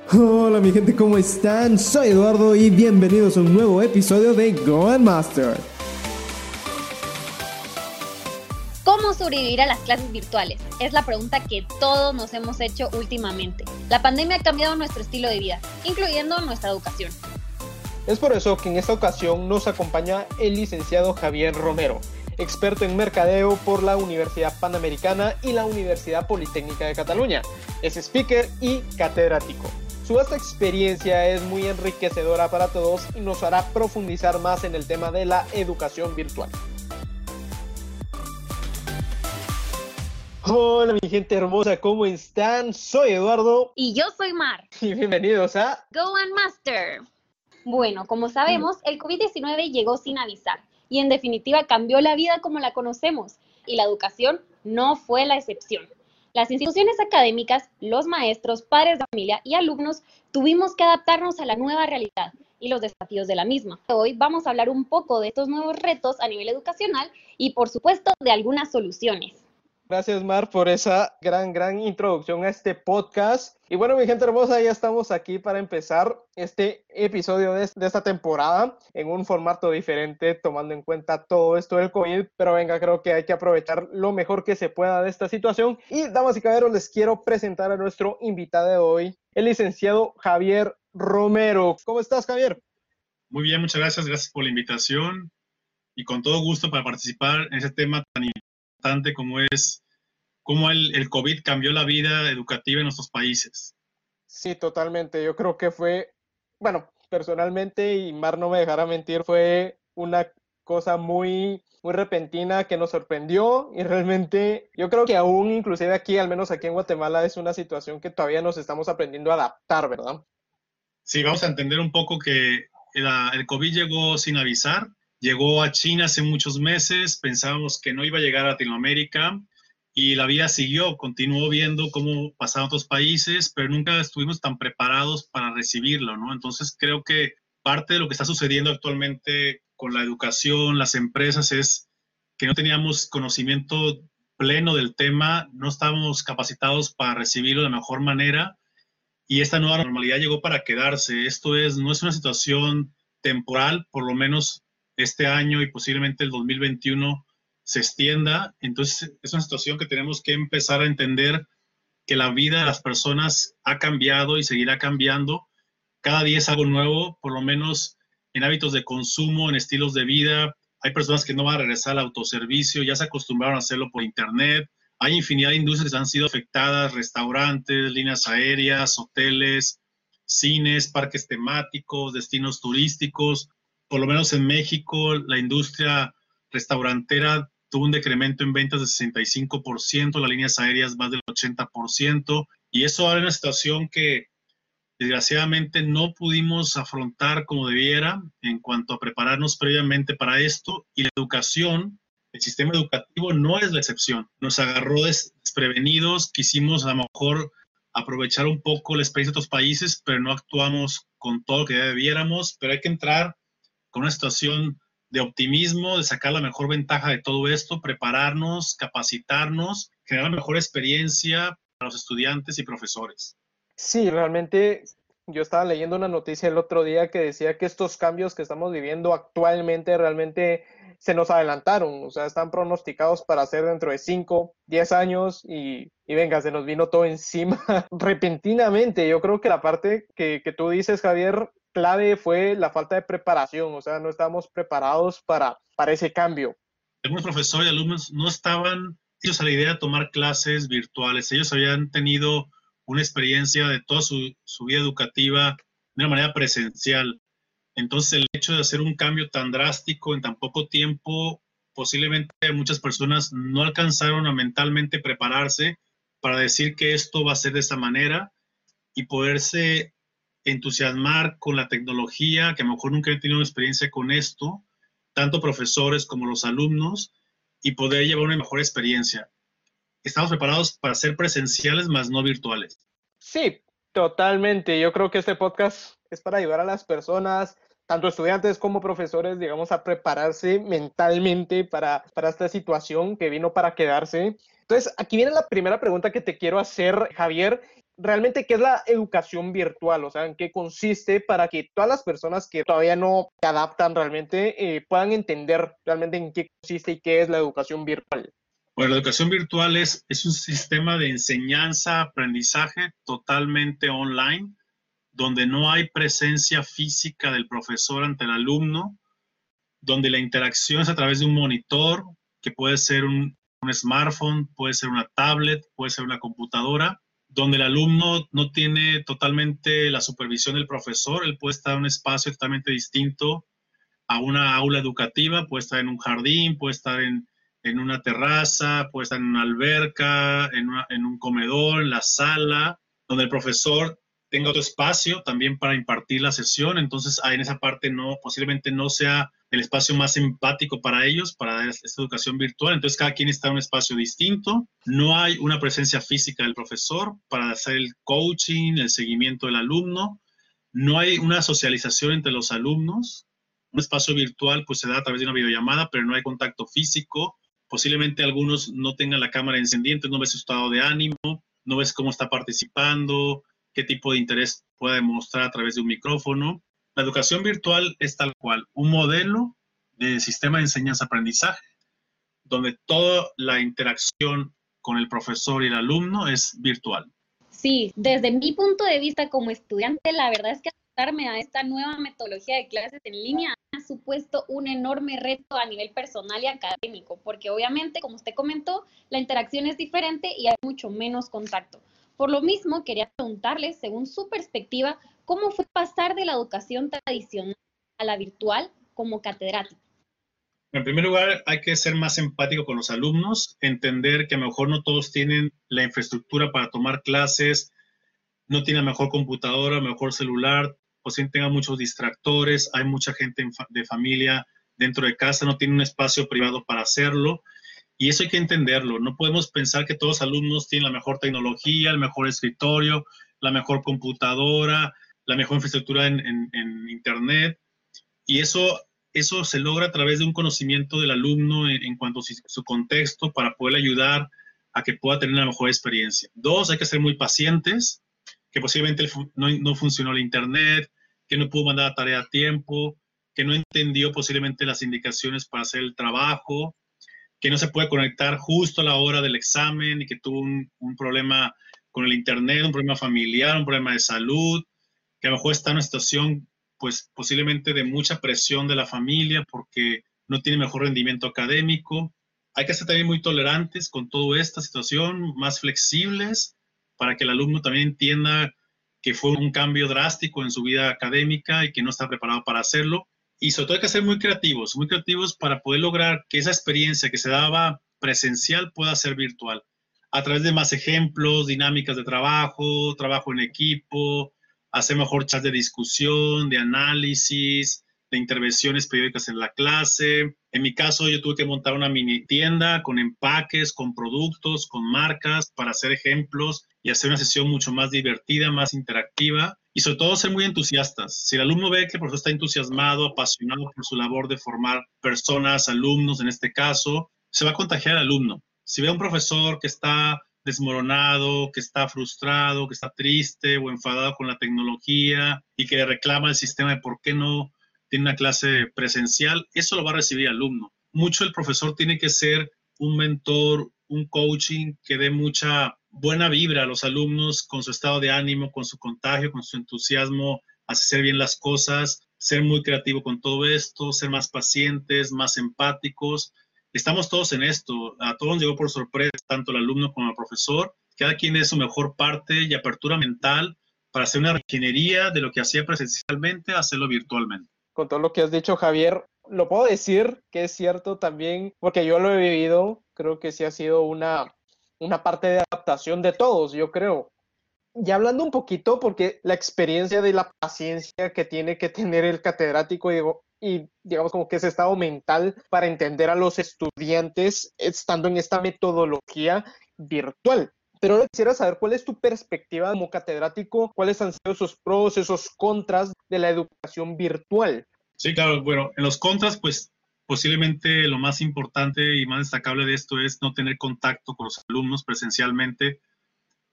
Hola mi gente, ¿cómo están? Soy Eduardo y bienvenidos a un nuevo episodio de Go and Master. ¿Cómo sobrevivir a las clases virtuales? Es la pregunta que todos nos hemos hecho últimamente. La pandemia ha cambiado nuestro estilo de vida, incluyendo nuestra educación. Es por eso que en esta ocasión nos acompaña el licenciado Javier Romero, experto en mercadeo por la Universidad Panamericana y la Universidad Politécnica de Cataluña. Es speaker y catedrático. Su vasta experiencia es muy enriquecedora para todos y nos hará profundizar más en el tema de la educación virtual. Hola mi gente hermosa, ¿cómo están? Soy Eduardo. Y yo soy Mar. Y bienvenidos a Go and Master. Bueno, como sabemos, el COVID-19 llegó sin avisar y en definitiva cambió la vida como la conocemos y la educación no fue la excepción. Las instituciones académicas, los maestros, padres de familia y alumnos tuvimos que adaptarnos a la nueva realidad y los desafíos de la misma. Hoy vamos a hablar un poco de estos nuevos retos a nivel educacional y por supuesto de algunas soluciones. Gracias, Mar, por esa gran introducción a este podcast. Y bueno, mi gente hermosa, ya estamos aquí para empezar este episodio de esta temporada en un formato diferente, tomando en cuenta todo esto del COVID. Pero venga, creo que hay que aprovechar lo mejor que se pueda de esta situación. Y, damas y caballeros, les quiero presentar a nuestro invitado de hoy, el licenciado Javier Romero. ¿Cómo estás, Javier? Muy bien, muchas gracias. Gracias por la invitación y con todo gusto para participar en ese tema tan importante como es cómo el COVID cambió la vida educativa en nuestros países. Sí, totalmente. Yo creo que fue, bueno, personalmente, y Mar no me dejará mentir, fue una cosa muy repentina que nos sorprendió y realmente yo creo que aún inclusive aquí, al menos aquí en Guatemala, es una situación que todavía nos estamos aprendiendo a adaptar, ¿verdad? Sí, vamos a entender un poco que el COVID llegó sin avisar, llegó a China hace muchos meses, pensábamos que no iba a llegar a Latinoamérica y la vida siguió, continuó viendo cómo pasaban otros países, pero nunca estuvimos tan preparados para recibirlo, ¿no? Entonces creo que parte de lo que está sucediendo actualmente con la educación, las empresas, es que no teníamos conocimiento pleno del tema, no estábamos capacitados para recibirlo de la mejor manera. Y esta nueva normalidad llegó para quedarse. No es una situación temporal, por lo menos este año y posiblemente el 2021 se extienda. Entonces es una situación que tenemos que empezar a entender que la vida de las personas ha cambiado y seguirá cambiando. Cada día es algo nuevo, por lo menos en hábitos de consumo, en estilos de vida. Hay personas que no van a regresar al autoservicio, ya se acostumbraron a hacerlo por internet. Hay infinidad de industrias que han sido afectadas, restaurantes, líneas aéreas, hoteles, cines, parques temáticos, destinos turísticos. Por lo menos en México, la industria restaurantera tuvo un decremento en ventas de 65%, las líneas aéreas más del 80%, y eso abre una situación que desgraciadamente no pudimos afrontar como debiera en cuanto a prepararnos previamente para esto, y la educación, el sistema educativo no es la excepción. Nos agarró desprevenidos, quisimos a lo mejor aprovechar un poco la experiencia de otros países, pero no actuamos con todo lo que debiéramos, pero hay que entrar con una situación de optimismo, de sacar la mejor ventaja de todo esto, prepararnos, capacitarnos, generar la mejor experiencia para los estudiantes y profesores. Sí, realmente yo estaba leyendo una noticia el otro día que decía que estos cambios que estamos viviendo actualmente realmente se nos adelantaron, o sea, están pronosticados para ser dentro de 5, 10 años y venga, se nos vino todo encima repentinamente. Yo creo que la parte que tú dices, Javier, clave fue la falta de preparación, o sea, no estábamos preparados para ese cambio. Algunos profesores y alumnos no estaban hechos a la idea de tomar clases virtuales. Ellos habían tenido una experiencia de toda su vida educativa de una manera presencial. Entonces, el hecho de hacer un cambio tan drástico en tan poco tiempo, posiblemente muchas personas no alcanzaron a mentalmente prepararse para decir que esto va a ser de esa manera y poderse entusiasmar con la tecnología, que a lo mejor nunca han tenido experiencia con esto, tanto profesores como los alumnos, y poder llevar una mejor experiencia. Estamos preparados para ser presenciales, más no virtuales. Sí, totalmente. Yo creo que este podcast es para ayudar a las personas, tanto estudiantes como profesores, digamos, a prepararse mentalmente para esta situación que vino para quedarse. Entonces, aquí viene la primera pregunta que te quiero hacer, Javier. realmente qué es la educación virtual, o sea, en qué consiste para que todas las personas que todavía no se adaptan realmente puedan entender realmente en qué consiste y qué es la educación virtual. Bueno, la educación virtual es un sistema de enseñanza, aprendizaje totalmente online, donde no hay presencia física del profesor ante el alumno, donde la interacción es a través de un monitor, que puede ser un smartphone, puede ser una tablet, puede ser una computadora, donde el alumno no tiene totalmente la supervisión del profesor, él puede estar en un espacio totalmente distinto a una aula educativa, puede estar en un jardín, puede estar en una terraza, puede estar en una alberca, en un comedor, en la sala, donde el profesor tenga otro espacio también para impartir la sesión. Entonces, en esa parte posiblemente no sea el espacio más empático para ellos, para dar esta educación virtual. Entonces, cada quien está en un espacio distinto. No hay una presencia física del profesor para hacer el coaching, el seguimiento del alumno. No hay una socialización entre los alumnos. Un espacio virtual pues se da a través de una videollamada, pero no hay contacto físico. Posiblemente algunos no tengan la cámara encendida, entonces no ves su estado de ánimo, no ves cómo está participando, qué tipo de interés puede demostrar a través de un micrófono. La educación virtual es tal cual, un modelo de sistema de enseñanza-aprendizaje, donde toda la interacción con el profesor y el alumno es virtual. Sí, desde mi punto de vista como estudiante, la verdad es que adaptarme a esta nueva metodología de clases en línea ha supuesto un enorme reto a nivel personal y académico, porque obviamente, como usted comentó, la interacción es diferente y hay mucho menos contacto. Por lo mismo, quería preguntarle, según su perspectiva, ¿cómo fue pasar de la educación tradicional a la virtual como catedrático? En primer lugar, hay que ser más empático con los alumnos, entender que a lo mejor no todos tienen la infraestructura para tomar clases, no tienen la mejor computadora, mejor celular, posiblemente tengan muchos distractores, hay mucha gente de familia dentro de casa, no tienen un espacio privado para hacerlo, y eso hay que entenderlo. No podemos pensar que todos los alumnos tienen la mejor tecnología, el mejor escritorio, la mejor computadora, la mejor infraestructura en internet, y eso se logra a través de un conocimiento del alumno en cuanto a su contexto para poder ayudar a que pueda tener una mejor experiencia. Dos, hay que ser muy pacientes, que posiblemente no funcionó el internet, que no pudo mandar la tarea a tiempo, que no entendió posiblemente las indicaciones para hacer el trabajo, que no se puede conectar justo a la hora del examen y que tuvo un problema con el internet, un problema familiar, un problema de salud, que a lo mejor está en una situación pues posiblemente de mucha presión de la familia porque no tiene mejor rendimiento académico. Hay que ser también muy tolerantes con toda esta situación, más flexibles, para que el alumno también entienda que fue un cambio drástico en su vida académica y que no está preparado para hacerlo. Y sobre todo hay que ser muy creativos para poder lograr que esa experiencia que se daba presencial pueda ser virtual, a través de más ejemplos, dinámicas de trabajo, trabajo en equipo, hacer mejor chats de discusión, de análisis, de intervenciones periódicas en la clase. En mi caso, yo tuve que montar una mini tienda con empaques, con productos, con marcas para hacer ejemplos y hacer una sesión mucho más divertida, más interactiva y sobre todo ser muy entusiastas. Si el alumno ve que el profesor está entusiasmado, apasionado por su labor de formar personas, alumnos en este caso, se va a contagiar al alumno. Si ve a un profesor que está desmoronado, que está frustrado, que está triste o enfadado con la tecnología y que le reclama el sistema de por qué no tiene una clase presencial, eso lo va a recibir el alumno. Mucho el profesor tiene que ser un mentor, un coaching que dé mucha buena vibra a los alumnos con su estado de ánimo, con su contagio, con su entusiasmo, hacer bien las cosas, ser muy creativo con todo esto, ser más pacientes, más empáticos. Estamos todos en esto, a todos nos llegó por sorpresa, tanto el alumno como el profesor, cada quien es su mejor parte y apertura mental para hacer una ingeniería de lo que hacía presencialmente, hacerlo virtualmente. Con todo lo que has dicho, Javier, lo puedo decir que es cierto también, porque yo lo he vivido, creo que sí ha sido una parte de adaptación de todos, yo creo. Y hablando un poquito, porque la experiencia de la paciencia que tiene que tener el catedrático, y digamos como que ese estado mental para entender a los estudiantes estando en esta metodología virtual. Pero quisiera saber cuál es tu perspectiva como catedrático, cuáles han sido esos pros, esos contras de la educación virtual. Sí, claro, bueno, en los contras, pues posiblemente lo más importante y más destacable de esto es no tener contacto con los alumnos presencialmente,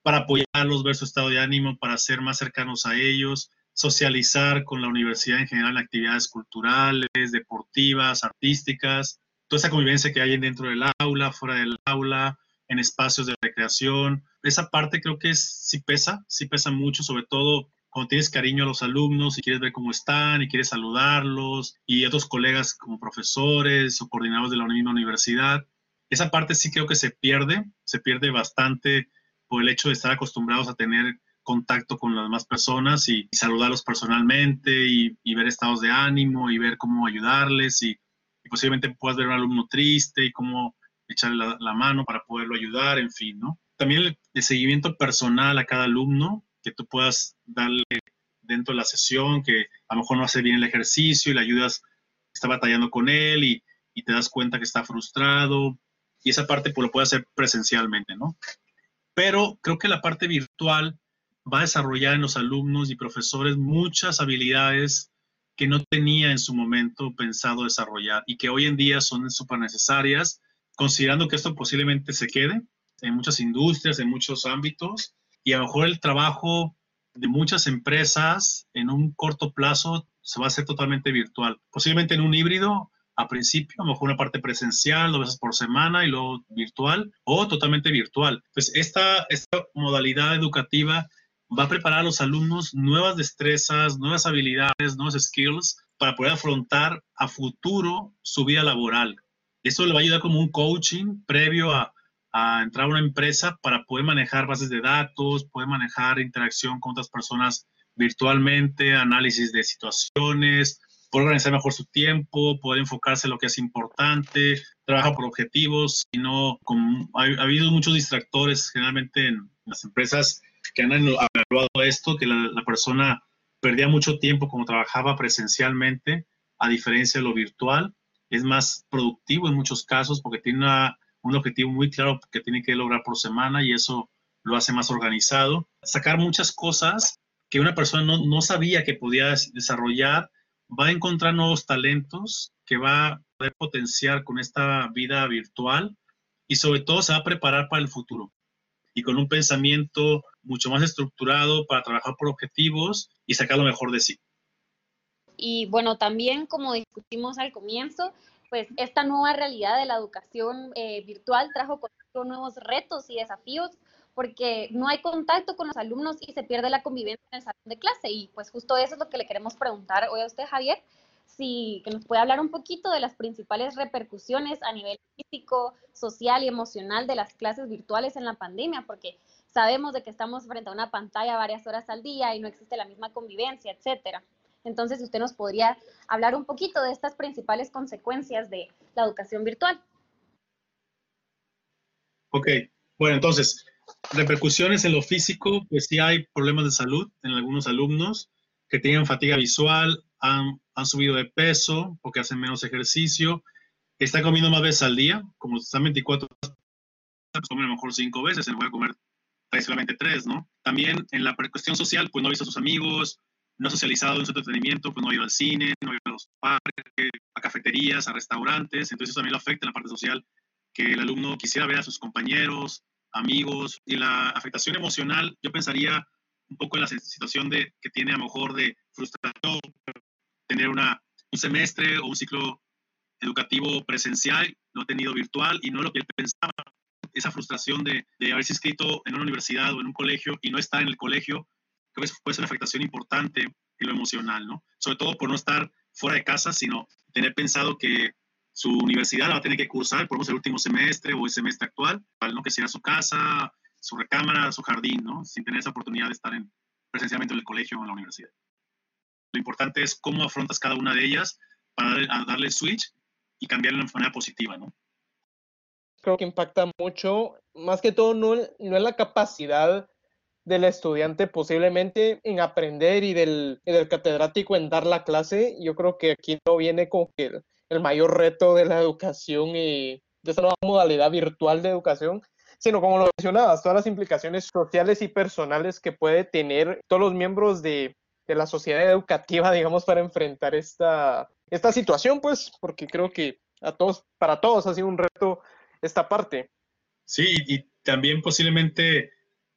para apoyarlos, ver su estado de ánimo, para ser más cercanos a ellos, socializar con la universidad en general en actividades culturales, deportivas, artísticas, toda esa convivencia que hay dentro del aula, fuera del aula, en espacios de recreación. Esa parte creo que sí pesa mucho, sobre todo cuando tienes cariño a los alumnos y quieres ver cómo están y quieres saludarlos, y otros colegas como profesores o coordinadores de la misma universidad. Esa parte sí creo que se pierde bastante por el hecho de estar acostumbrados a tener contacto con las demás personas y saludarlos personalmente y ver estados de ánimo y ver cómo ayudarles y posiblemente puedas ver a un alumno triste y cómo echarle la mano para poderlo ayudar, en fin, ¿no? También el seguimiento personal a cada alumno que tú puedas darle dentro de la sesión, que a lo mejor no hace bien el ejercicio y le ayudas, está batallando con él y te das cuenta que está frustrado, y esa parte pues lo puedes hacer presencialmente, ¿no? Pero creo que la parte virtual va a desarrollar en los alumnos y profesores muchas habilidades que no tenía en su momento pensado desarrollar y que hoy en día son súper necesarias, considerando que esto posiblemente se quede en muchas industrias, en muchos ámbitos, y a lo mejor el trabajo de muchas empresas en un corto plazo se va a hacer totalmente virtual, posiblemente en un híbrido a principio, a lo mejor una parte presencial 2 veces por semana y luego virtual o totalmente virtual. Pues esta modalidad educativa va a preparar a los alumnos nuevas destrezas, nuevas habilidades, nuevos skills para poder afrontar a futuro su vida laboral. Esto le va a ayudar como un coaching previo a entrar a una empresa para poder manejar bases de datos, poder manejar interacción con otras personas virtualmente, análisis de situaciones, poder organizar mejor su tiempo, poder enfocarse en lo que es importante, trabaja por objetivos, y no, ha habido muchos distractores generalmente en las empresas que han evaluado esto, que la persona perdía mucho tiempo como trabajaba presencialmente, a diferencia de lo virtual. Es más productivo en muchos casos porque tiene un objetivo muy claro que tiene que lograr por semana y eso lo hace más organizado. Sacar muchas cosas que una persona no sabía que podía desarrollar, va a encontrar nuevos talentos que va a poder potenciar con esta vida virtual y sobre todo se va a preparar para el futuro y con un pensamiento mucho más estructurado para trabajar por objetivos y sacar lo mejor de sí. Y bueno, también como discutimos al comienzo, pues esta nueva realidad de la educación virtual trajo consigo nuevos retos y desafíos porque no hay contacto con los alumnos y se pierde la convivencia en el salón de clase. Y pues justo eso es lo que le queremos preguntar hoy a usted, Javier, que nos puede hablar un poquito de las principales repercusiones a nivel físico, social y emocional de las clases virtuales en la pandemia, porque sabemos de que estamos frente a una pantalla varias horas al día y no existe la misma convivencia, etcétera. Entonces, usted nos podría hablar un poquito de estas principales consecuencias de la educación virtual. Ok, bueno, entonces, repercusiones en lo físico, pues sí hay problemas de salud en algunos alumnos que tienen fatiga visual, han subido de peso porque hacen menos ejercicio, están comiendo más veces al día, como están 24 horas, pues comen a lo mejor 5 veces, en lugar de comer solamente 3, ¿no? También en la cuestión social, pues no ha visto a sus amigos, no ha socializado en su entretenimiento, pues no ha ido al cine, no ha ido a los parques, a cafeterías, a restaurantes, entonces eso también lo afecta en la parte social, que el alumno quisiera ver a sus compañeros, amigos, y la afectación emocional, yo pensaría un poco en la situación que tiene a lo mejor de frustración, tener un semestre o un ciclo educativo presencial, lo ha tenido virtual y no lo que él pensaba, esa frustración de haberse inscrito en una universidad o en un colegio y no estar en el colegio, creo que puede ser una afectación importante en lo emocional, ¿no? Sobre todo por no estar fuera de casa, sino tener pensado que su universidad la va a tener que cursar, por ejemplo, el último semestre o el semestre actual, ¿no? Que sea su casa, su recámara, su jardín, ¿no? Sin tener esa oportunidad de estar presencialmente en el colegio o en la universidad. Lo importante es cómo afrontas cada una de ellas para darle switch y cambiarla de manera positiva, ¿no? Creo que impacta mucho, más que todo no es la capacidad del estudiante posiblemente en aprender y del catedrático en dar la clase. Yo creo que aquí no viene como que el mayor reto de la educación y de esta nueva modalidad virtual de educación, sino como lo mencionabas, todas las implicaciones sociales y personales que puede tener todos los miembros de la sociedad educativa, digamos, para enfrentar esta situación, pues, porque creo que para todos ha sido un reto esta parte. Sí, y también posiblemente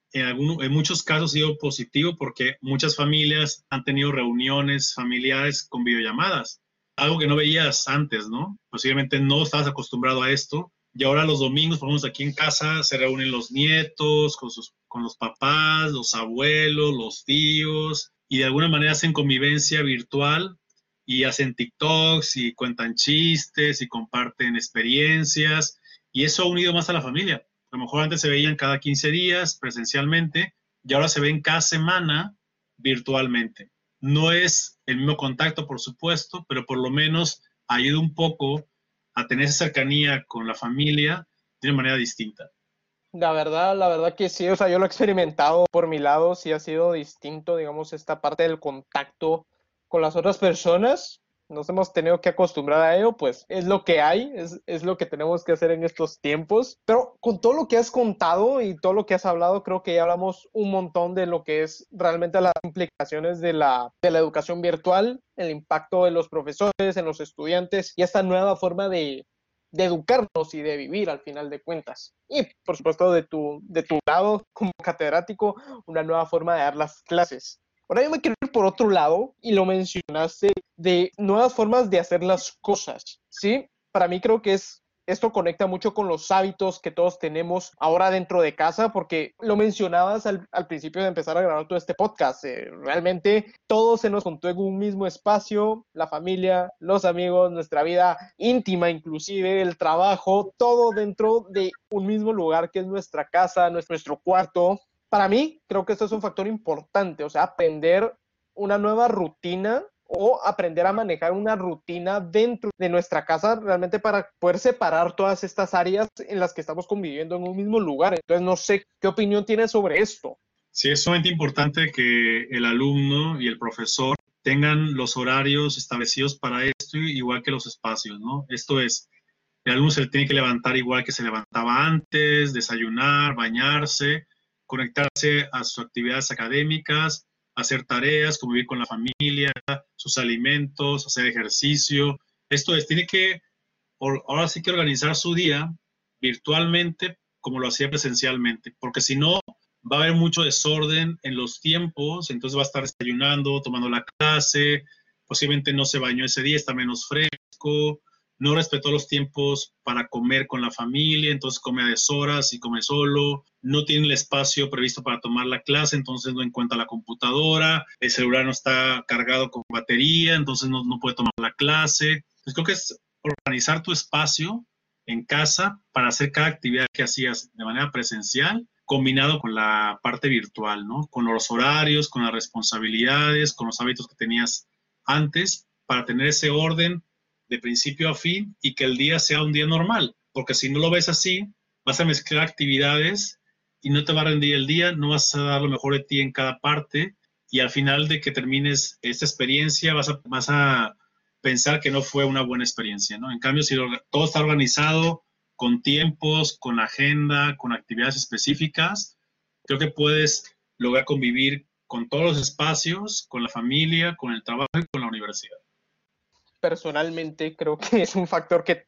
en muchos casos ha sido positivo porque muchas familias han tenido reuniones familiares con videollamadas, algo que no veías antes, ¿no? Posiblemente no estabas acostumbrado a esto. Y ahora los domingos, por ejemplo, aquí en casa se reúnen los nietos con los papás, los abuelos, los tíos, y de alguna manera hacen convivencia virtual y hacen TikToks y cuentan chistes y comparten experiencias, y eso ha unido más a la familia. A lo mejor antes se veían cada 15 días presencialmente y ahora se ven cada semana virtualmente. No es el mismo contacto, por supuesto, pero por lo menos ayuda un poco a tener esa cercanía con la familia de una manera distinta. La verdad que sí, o sea, yo lo he experimentado por mi lado, sí ha sido distinto, digamos, esta parte del contacto con las otras personas. Nos hemos tenido que acostumbrar a ello, pues es lo que hay, es lo que tenemos que hacer en estos tiempos. Pero con todo lo que has contado y todo lo que has hablado, creo que ya hablamos un montón de lo que es realmente las implicaciones de la educación virtual, el impacto de los profesores, en los estudiantes y esta nueva forma de educarnos y de vivir al final de cuentas. Y por supuesto de tu lado como catedrático, una nueva forma de dar las clases. Ahora yo me quiero ir por otro lado y lo mencionaste de nuevas formas de hacer las cosas, ¿sí? Para mí creo que esto conecta mucho con los hábitos que todos tenemos ahora dentro de casa, porque lo mencionabas al principio de empezar a grabar todo este podcast. Realmente todo se nos juntó en un mismo espacio, la familia, los amigos, nuestra vida íntima inclusive, el trabajo, todo dentro de un mismo lugar que es nuestra casa, nuestro cuarto. Para mí, creo que esto es un factor importante, o sea, aprender una nueva rutina o aprender a manejar una rutina dentro de nuestra casa realmente para poder separar todas estas áreas en las que estamos conviviendo en un mismo lugar. Entonces, no sé qué opinión tienes sobre esto. Sí, es sumamente importante que el alumno y el profesor tengan los horarios establecidos para esto, igual que los espacios, ¿no? Esto es, el alumno se tiene que levantar igual que se levantaba antes, desayunar, bañarse, conectarse a sus actividades académicas, hacer tareas, convivir con la familia, sus alimentos, hacer ejercicio. Esto es, tiene que, ahora sí que organizar su día virtualmente como lo hacía presencialmente, porque si no, va a haber mucho desorden en los tiempos, entonces va a estar desayunando, tomando la clase, posiblemente no se bañó ese día, está menos fresco, no respetó los tiempos para comer con la familia, entonces come a deshoras y come solo, no tiene el espacio previsto para tomar la clase, entonces no encuentra la computadora, el celular no está cargado con batería, entonces no puede tomar la clase. Entonces creo que es organizar tu espacio en casa para hacer cada actividad que hacías de manera presencial, combinado con la parte virtual, ¿no? Con los horarios, con las responsabilidades, con los hábitos que tenías antes, para tener ese orden de principio a fin y que el día sea un día normal, porque si no lo ves así, vas a mezclar actividades y no te va a rendir el día, no vas a dar lo mejor de ti en cada parte y al final de que termines esta experiencia vas a pensar que no fue una buena experiencia, ¿no? En cambio, si todo está organizado, con tiempos, con agenda, con actividades específicas, creo que puedes lograr convivir con todos los espacios, con la familia, con el trabajo y con la universidad. Personalmente creo que es un factor que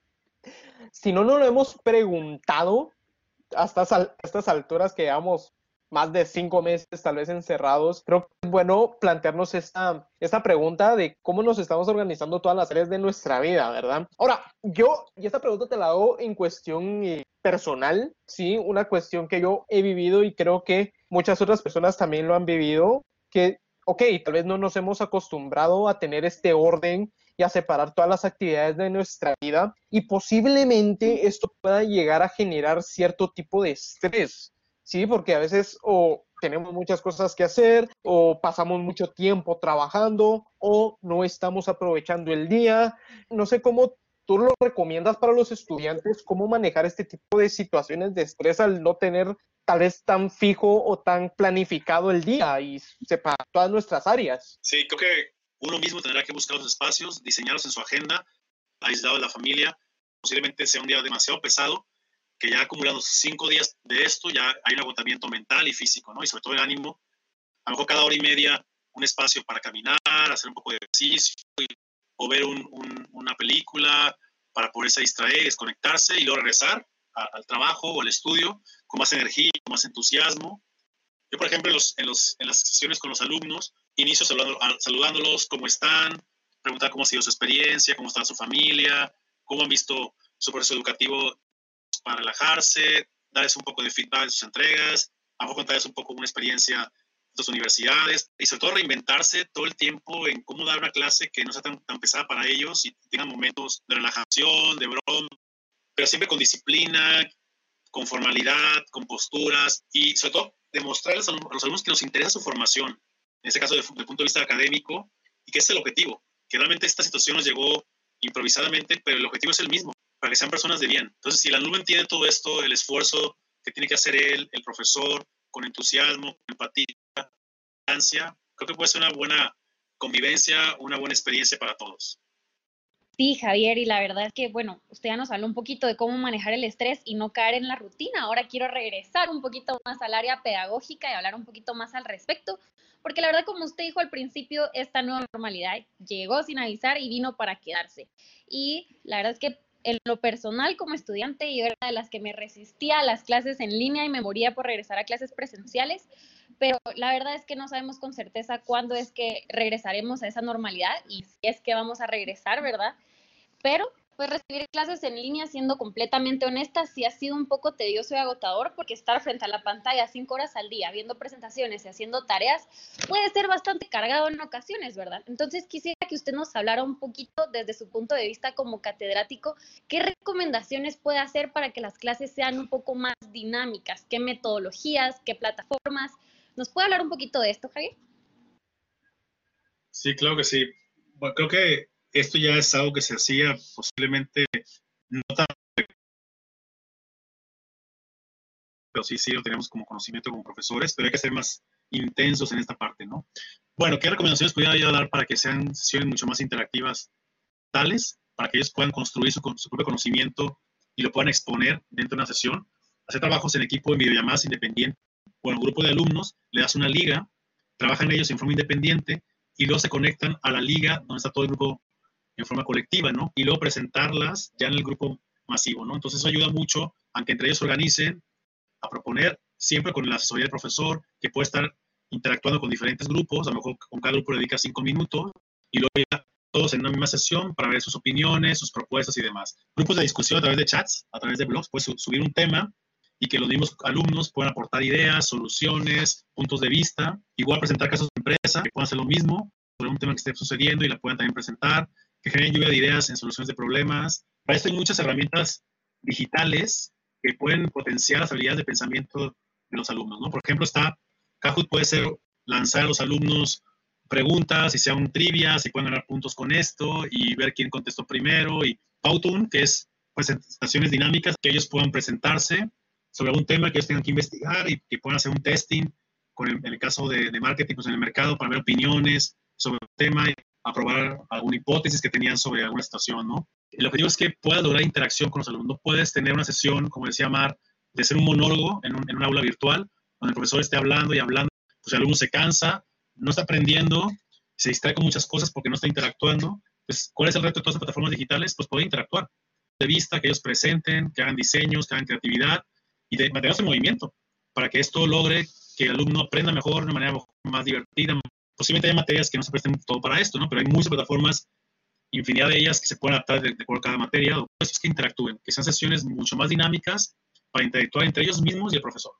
si no nos lo hemos preguntado hasta estas alturas que llevamos más de 5 meses tal vez encerrados, creo que es bueno plantearnos esta pregunta de cómo nos estamos organizando todas las áreas de nuestra vida, ¿verdad? Ahora, y esta pregunta te la hago en cuestión personal, ¿sí? Una cuestión que yo he vivido y creo que muchas otras personas también lo han vivido, que, ok, tal vez no nos hemos acostumbrado a tener este orden y a separar todas las actividades de nuestra vida y posiblemente esto pueda llegar a generar cierto tipo de estrés, ¿sí? Porque a veces o tenemos muchas cosas que hacer o pasamos mucho tiempo trabajando o no estamos aprovechando el día. No sé cómo tú lo recomiendas para los estudiantes, cómo manejar este tipo de situaciones de estrés al no tener tal vez tan fijo o tan planificado el día y separar todas nuestras áreas. Sí, creo que uno mismo tendrá que buscar los espacios, diseñarlos en su agenda, aislado de la familia. Posiblemente sea un día demasiado pesado, que ya acumulando 5 días de esto, ya hay un agotamiento mental y físico, ¿no? Y sobre todo el ánimo. A lo mejor cada hora y media un espacio para caminar, hacer un poco de ejercicio o ver una película para poderse distraer, desconectarse y luego regresar al trabajo o al estudio con más energía, con más entusiasmo. Yo, por ejemplo, en las sesiones con los alumnos, inicio saludándolos, cómo están, preguntar cómo ha sido su experiencia, cómo está su familia, cómo han visto su proceso educativo para relajarse, darles un poco de feedback de sus entregas, a lo mejor contarles un poco una experiencia de sus universidades y sobre todo reinventarse todo el tiempo en cómo dar una clase que no sea tan pesada para ellos y tengan momentos de relajación, de broma, pero siempre con disciplina, con formalidad, con posturas y sobre todo demostrarles a los alumnos que nos interesa su formación, en este caso desde el punto de vista académico, y que ese es el objetivo, que realmente esta situación nos llegó improvisadamente, pero el objetivo es el mismo, para que sean personas de bien. Entonces, si el alumno entiende todo esto, el esfuerzo que tiene que hacer él, el profesor, con entusiasmo, empatía, ansia, creo que puede ser una buena convivencia, una buena experiencia para todos. Sí, Javier, y la verdad es que, bueno, usted ya nos habló un poquito de cómo manejar el estrés y no caer en la rutina. Ahora quiero regresar un poquito más al área pedagógica y hablar un poquito más al respecto, porque la verdad, como usted dijo al principio, esta nueva normalidad llegó sin avisar y vino para quedarse. Y la verdad es que en lo personal, como estudiante, yo era de las que me resistía a las clases en línea y me moría por regresar a clases presenciales, pero la verdad es que no sabemos con certeza cuándo es que regresaremos a esa normalidad y si es que vamos a regresar, ¿verdad? Pero pues recibir clases en línea, siendo completamente honesta, sí ha sido un poco tedioso y agotador porque estar frente a la pantalla 5 horas al día viendo presentaciones y haciendo tareas puede ser bastante cargado en ocasiones, ¿verdad? Entonces quisiera que usted nos hablara un poquito desde su punto de vista como catedrático, ¿qué recomendaciones puede hacer para que las clases sean un poco más dinámicas? ¿Qué metodologías? ¿Qué plataformas? ¿Nos puede hablar un poquito de esto, Javier? Sí, claro que sí. Bueno, creo que esto ya es algo que se hacía posiblemente no tan, pero sí lo tenemos como conocimiento como profesores, pero hay que ser más intensos en esta parte, ¿no? Bueno, ¿qué recomendaciones podría yo dar para que sean sesiones mucho más interactivas, tales, para que ellos puedan construir su propio conocimiento y lo puedan exponer dentro de una sesión? Hacer trabajos en equipo, en videollamadas independientes, o en un grupo de alumnos, le das una liga, trabajan ellos en forma independiente y luego se conectan a la liga donde está todo el grupo en forma colectiva, ¿no? Y luego presentarlas ya en el grupo masivo, ¿no? Entonces eso ayuda mucho a que entre ellos se organicen, a proponer siempre con la asesoría del profesor, que puede estar interactuando con diferentes grupos, a lo mejor con cada grupo le dedica 5 minutos, y luego ya todos en una misma sesión para ver sus opiniones, sus propuestas y demás. Grupos de discusión a través de chats, a través de blogs, puedes subir un tema y que los mismos alumnos puedan aportar ideas, soluciones, puntos de vista, igual presentar casos de empresa, que puedan hacer lo mismo sobre un tema que esté sucediendo y la puedan también presentar, que generen lluvia de ideas en soluciones de problemas. Para esto hay muchas herramientas digitales que pueden potenciar las habilidades de pensamiento de los alumnos, ¿no? Por ejemplo, Kahoot puede ser lanzar a los alumnos preguntas, si sea un trivia, si pueden ganar puntos con esto y ver quién contestó primero. Y Powtoon, que es presentaciones dinámicas, que ellos puedan presentarse sobre algún tema que ellos tengan que investigar y que puedan hacer un testing en el caso de marketing, pues en el mercado, para ver opiniones sobre el tema y aprobar alguna hipótesis que tenían sobre alguna situación, ¿no? El objetivo es que puedas lograr interacción con los alumnos. Puedes tener una sesión, como decía Mar, de ser un monólogo en un aula virtual, donde el profesor esté hablando y hablando, pues el alumno se cansa, no está aprendiendo, se distrae con muchas cosas porque no está interactuando. Pues, ¿cuál es el reto de todas las plataformas digitales? Pues poder interactuar. De vista, que ellos presenten, que hagan diseños, que hagan creatividad y de mantenerse en movimiento para que esto logre que el alumno aprenda mejor, de una manera más divertida. Posiblemente hay materias que no se presten todo para esto, ¿no? Pero hay muchas plataformas, infinidad de ellas que se pueden adaptar de acuerdo a cada materia. Lo que es que interactúen, que sean sesiones mucho más dinámicas para interactuar entre ellos mismos y el profesor.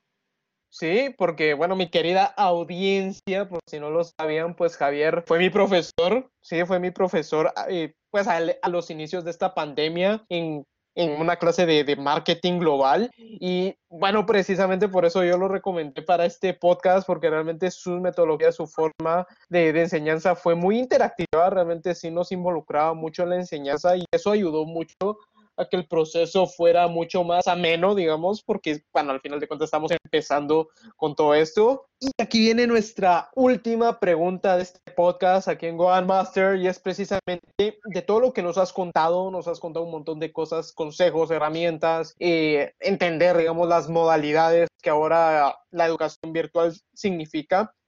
Sí, porque bueno, mi querida audiencia, por si no lo sabían, pues Javier fue mi profesor, sí, fue mi profesor, pues a los inicios de esta pandemia en una clase de marketing global y bueno, precisamente por eso yo lo recomendé para este podcast, porque realmente su metodología, su forma de enseñanza fue muy interactiva, realmente sí nos involucraba mucho en la enseñanza y eso ayudó mucho a que el proceso fuera mucho más ameno, digamos, porque, bueno, al final de cuentas estamos empezando con todo esto. Y aquí viene nuestra última pregunta de este podcast aquí en Gohan Master, y es precisamente de todo lo que nos has contado un montón de cosas, consejos, herramientas, entender, digamos, las modalidades que ahora la educación virtual significa.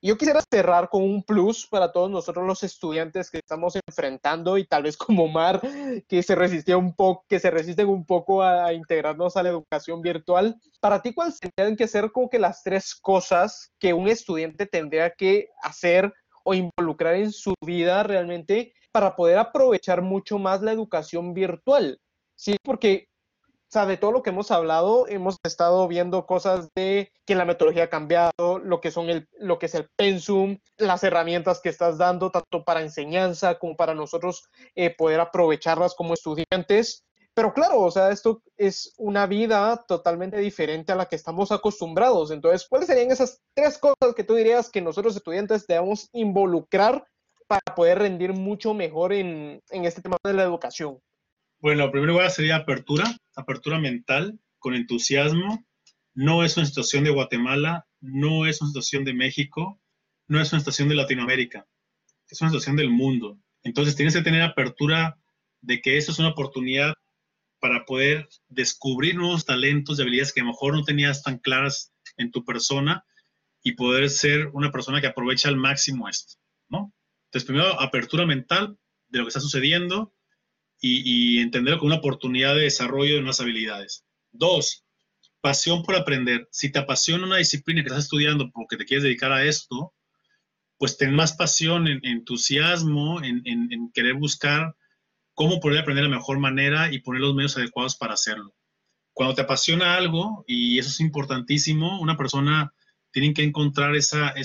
Yo quisiera cerrar con un plus para todos nosotros los estudiantes que estamos enfrentando y tal vez como Mar, que se resisten un poco a integrarnos a la educación virtual. Para ti, ¿cuáles tendrían que ser como que las 3 cosas que un estudiante tendría que hacer o involucrar en su vida realmente para poder aprovechar mucho más la educación virtual? Sí, porque sea, de todo lo que hemos hablado, hemos estado viendo cosas de que la metodología ha cambiado, lo que es el pensum, las herramientas que estás dando, tanto para enseñanza como para nosotros poder aprovecharlas como estudiantes. Pero claro, o sea, esto es una vida totalmente diferente a la que estamos acostumbrados. Entonces, ¿cuáles serían esas 3 cosas que tú dirías que nosotros estudiantes debemos involucrar para poder rendir mucho mejor en este tema de la educación? Bueno, en primer lugar sería apertura mental, con entusiasmo. No es una situación de Guatemala, no es una situación de México, no es una situación de Latinoamérica, es una situación del mundo. Entonces tienes que tener apertura de que esto es una oportunidad para poder descubrir nuevos talentos y habilidades que a lo mejor no tenías tan claras en tu persona y poder ser una persona que aprovecha al máximo esto, ¿no? Entonces, primero, apertura mental de lo que está sucediendo y entenderlo como una oportunidad de desarrollo de nuevas habilidades. 2, pasión por aprender. Si te apasiona una disciplina que estás estudiando porque te quieres dedicar a esto, pues ten más pasión, entusiasmo, en querer buscar cómo poder aprender de la mejor manera y poner los medios adecuados para hacerlo. Cuando te apasiona algo, y eso es importantísimo, una persona tiene que encontrar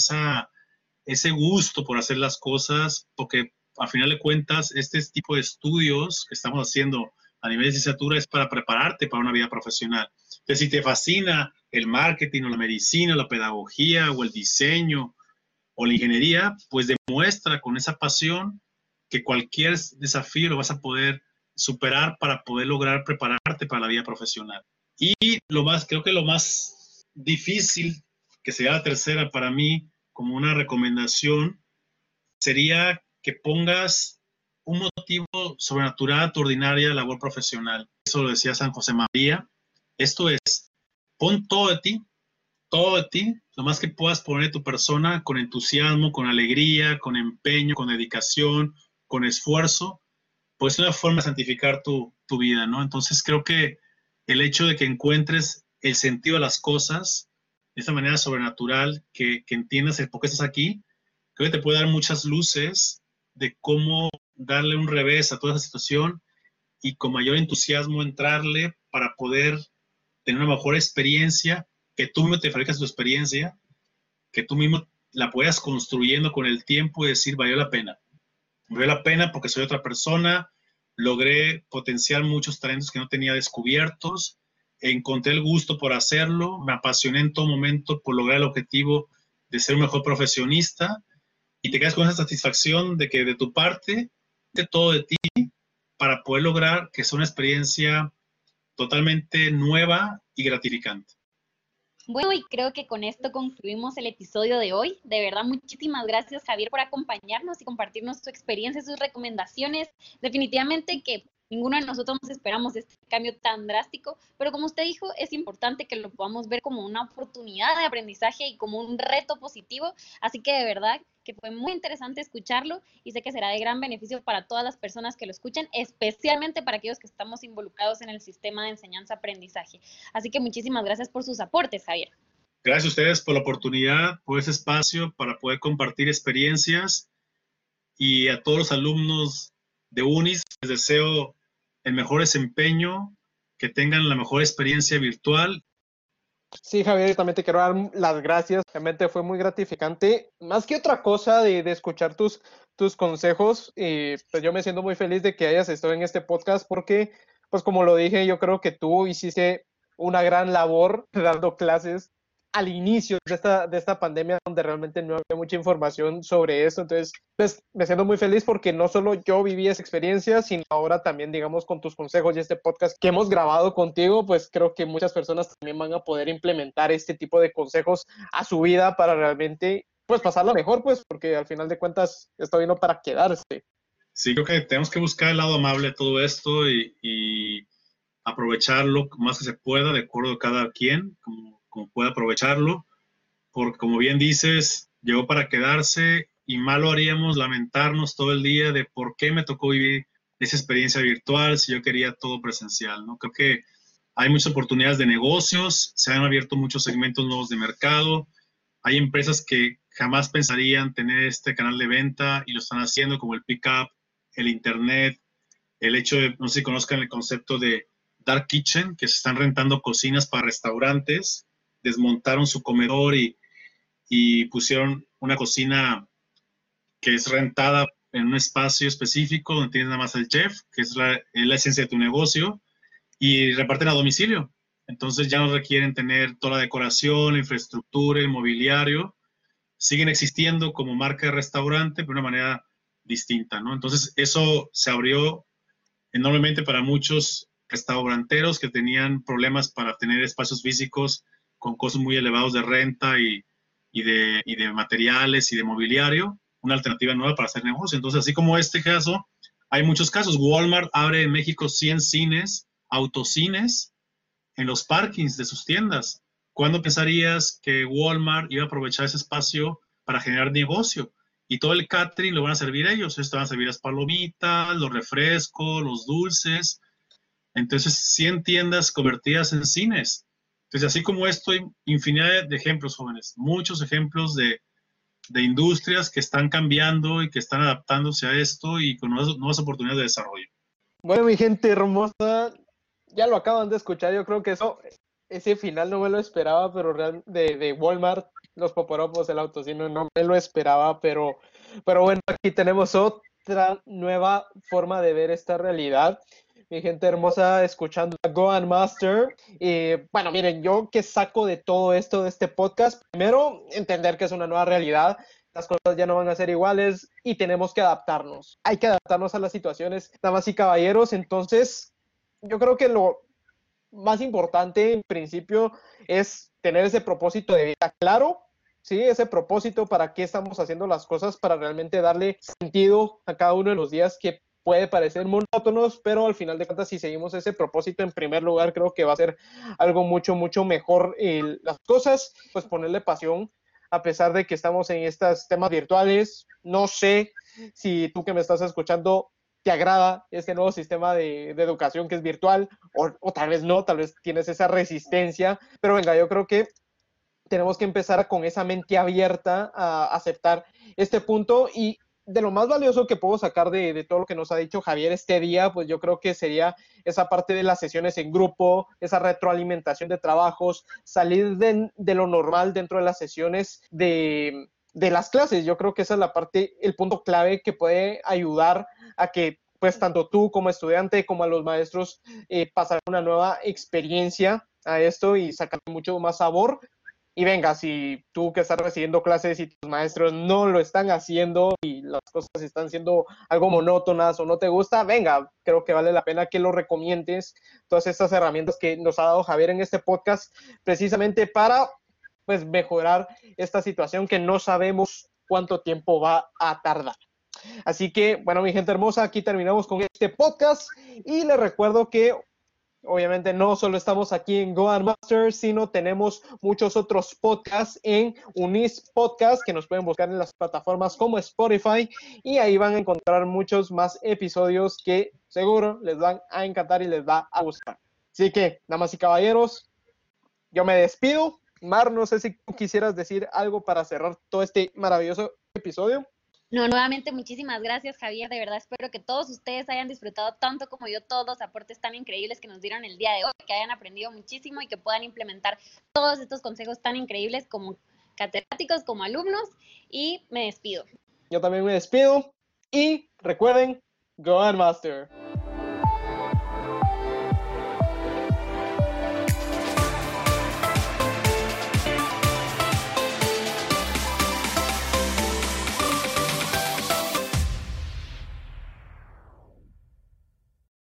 ese gusto por hacer las cosas, porque a final de cuentas, este tipo de estudios que estamos haciendo a nivel de licenciatura es para prepararte para una vida profesional. Entonces, si te fascina el marketing o la medicina, o la pedagogía o el diseño o la ingeniería, pues demuestra con esa pasión que cualquier desafío lo vas a poder superar para poder lograr prepararte para la vida profesional. Y creo que lo más difícil, que sería la tercera para mí, como una recomendación, sería que pongas un motivo sobrenatural a tu ordinaria labor profesional. Eso lo decía San José María. Esto es, pon todo de ti, lo más que puedas poner de tu persona con entusiasmo, con alegría, con empeño, con dedicación, con esfuerzo, pues es una forma de santificar tu vida, ¿no? Entonces creo que el hecho de que encuentres el sentido de las cosas de esta manera sobrenatural, que entiendas el por qué estás aquí, creo que te puede dar muchas luces de cómo darle un revés a toda esa situación y con mayor entusiasmo entrarle para poder tener una mejor experiencia, que tú mismo te fabricas tu experiencia, que tú mismo la puedas construyendo con el tiempo y decir, valió la pena. Valió la pena porque soy otra persona, logré potenciar muchos talentos que no tenía descubiertos, encontré el gusto por hacerlo, me apasioné en todo momento por lograr el objetivo de ser un mejor profesionista y te quedas con esa satisfacción de que de tu parte, de todo de ti, para poder lograr que sea una experiencia totalmente nueva y gratificante. Bueno, y creo que con esto concluimos el episodio de hoy. De verdad, muchísimas gracias, Javier, por acompañarnos y compartirnos tu experiencia y sus recomendaciones. Definitivamente que ninguno de nosotros nos esperamos este cambio tan drástico, pero como usted dijo, es importante que lo podamos ver como una oportunidad de aprendizaje y como un reto positivo. Así que de verdad que fue muy interesante escucharlo y sé que será de gran beneficio para todas las personas que lo escuchen, especialmente para aquellos que estamos involucrados en el sistema de enseñanza-aprendizaje. Así que muchísimas gracias por sus aportes, Javier. Gracias a ustedes por la oportunidad, por ese espacio para poder compartir experiencias, y a todos los alumnos de UNIS les deseo el mejor desempeño, que tengan la mejor experiencia virtual. Sí, Javier, también te quiero dar las gracias. Realmente fue muy gratificante. Más que otra cosa de escuchar tus consejos, pues yo me siento muy feliz de que hayas estado en este podcast porque, pues como lo dije, yo creo que tú hiciste una gran labor dando clases al inicio de esta pandemia, donde realmente no había mucha información sobre esto. Entonces, pues me siento muy feliz porque no solo yo viví esa experiencia, sino ahora también, digamos, con tus consejos y este podcast que hemos grabado contigo, pues creo que muchas personas también van a poder implementar este tipo de consejos a su vida para realmente, pues, pasarla mejor, pues, porque al final de cuentas esto vino para quedarse. Sí, creo que tenemos que buscar el lado amable de todo esto y aprovecharlo más que se pueda, de acuerdo a cada quien, como pueda aprovecharlo, porque como bien dices, llegó para quedarse y mal lo haríamos lamentarnos todo el día de por qué me tocó vivir esa experiencia virtual si yo quería todo presencial, ¿no? Creo que hay muchas oportunidades de negocios, se han abierto muchos segmentos nuevos de mercado, hay empresas que jamás pensarían tener este canal de venta y lo están haciendo, como el Pickup, el Internet, el hecho de, no sé si conozcan el concepto de Dark Kitchen, que se están rentando cocinas para restaurantes, desmontaron su comedor y pusieron una cocina que es rentada en un espacio específico donde tienes nada más el chef, que es la esencia de tu negocio, y reparten a domicilio. Entonces ya no requieren tener toda la decoración, la infraestructura, el mobiliario. Siguen existiendo como marca de restaurante, pero de una manera distinta, ¿no? Entonces eso se abrió enormemente para muchos restauranteros que tenían problemas para tener espacios físicos con costos muy elevados de renta y de materiales y de mobiliario, una alternativa nueva para hacer negocio. Entonces, así como este caso, hay muchos casos. Walmart abre en México 100 cines, autocines, en los parkings de sus tiendas. ¿Cuándo pensarías que Walmart iba a aprovechar ese espacio para generar negocio? Y todo el catering lo van a servir ellos. Esto van a servir las palomitas, los refrescos, los dulces. Entonces, 100 tiendas convertidas en cines. Entonces, así como esto, hay infinidad de ejemplos, jóvenes. Muchos ejemplos de industrias que están cambiando y que están adaptándose a esto y con nuevas oportunidades de desarrollo. Bueno, mi gente hermosa, ya lo acaban de escuchar. Yo creo que ese final no me lo esperaba, pero de Walmart, los poporopos, el autocine, no me lo esperaba, pero bueno, aquí tenemos otra nueva forma de ver esta realidad. Mi gente hermosa, escuchando a Go and Master. Y bueno, miren, yo qué saco de todo esto, de este podcast. Primero, entender que es una nueva realidad. Las cosas ya no van a ser iguales y tenemos que adaptarnos. Hay que adaptarnos a las situaciones, damas y caballeros. Entonces, yo creo que lo más importante en principio es tener ese propósito de vida claro, ¿sí? Ese propósito para qué estamos haciendo las cosas, para realmente darle sentido a cada uno de los días que puede parecer monótonos, pero al final de cuentas, si seguimos ese propósito en primer lugar, creo que va a ser algo mucho, mucho mejor. Las cosas, pues ponerle pasión, a pesar de que estamos en estos temas virtuales. No sé si tú que me estás escuchando te agrada este nuevo sistema de educación que es virtual, o tal vez no, tal vez tienes esa resistencia, pero venga, yo creo que tenemos que empezar con esa mente abierta a aceptar este punto. Y de lo más valioso que puedo sacar de todo lo que nos ha dicho Javier este día, pues yo creo que sería esa parte de las sesiones en grupo, esa retroalimentación de trabajos, salir de lo normal dentro de las sesiones de las clases. Yo creo que esa es la parte, el punto clave que puede ayudar a que pues tanto tú como estudiante como a los maestros pasar una nueva experiencia a esto y sacar mucho más sabor. Y venga, si tú que estás recibiendo clases y tus maestros no lo están haciendo y las cosas están siendo algo monótonas o no te gusta, venga, creo que vale la pena que lo recomiendes, todas estas herramientas que nos ha dado Javier en este podcast, precisamente para pues mejorar esta situación que no sabemos cuánto tiempo va a tardar. Así que, bueno, mi gente hermosa, aquí terminamos con este podcast y les recuerdo que obviamente no solo estamos aquí en Go and Master, sino tenemos muchos otros podcasts en Unis Podcast que nos pueden buscar en las plataformas como Spotify y ahí van a encontrar muchos más episodios que seguro les van a encantar y les va a gustar. Así que, damas y caballeros, yo me despido. Mar, no sé si tú quisieras decir algo para cerrar todo este maravilloso episodio. No, nuevamente muchísimas gracias, Javier. De verdad espero que todos ustedes hayan disfrutado tanto como yo todos los aportes tan increíbles que nos dieron el día de hoy, que hayan aprendido muchísimo y que puedan implementar todos estos consejos tan increíbles como catedráticos, como alumnos, y me despido. Yo también me despido y recuerden, Go and Master.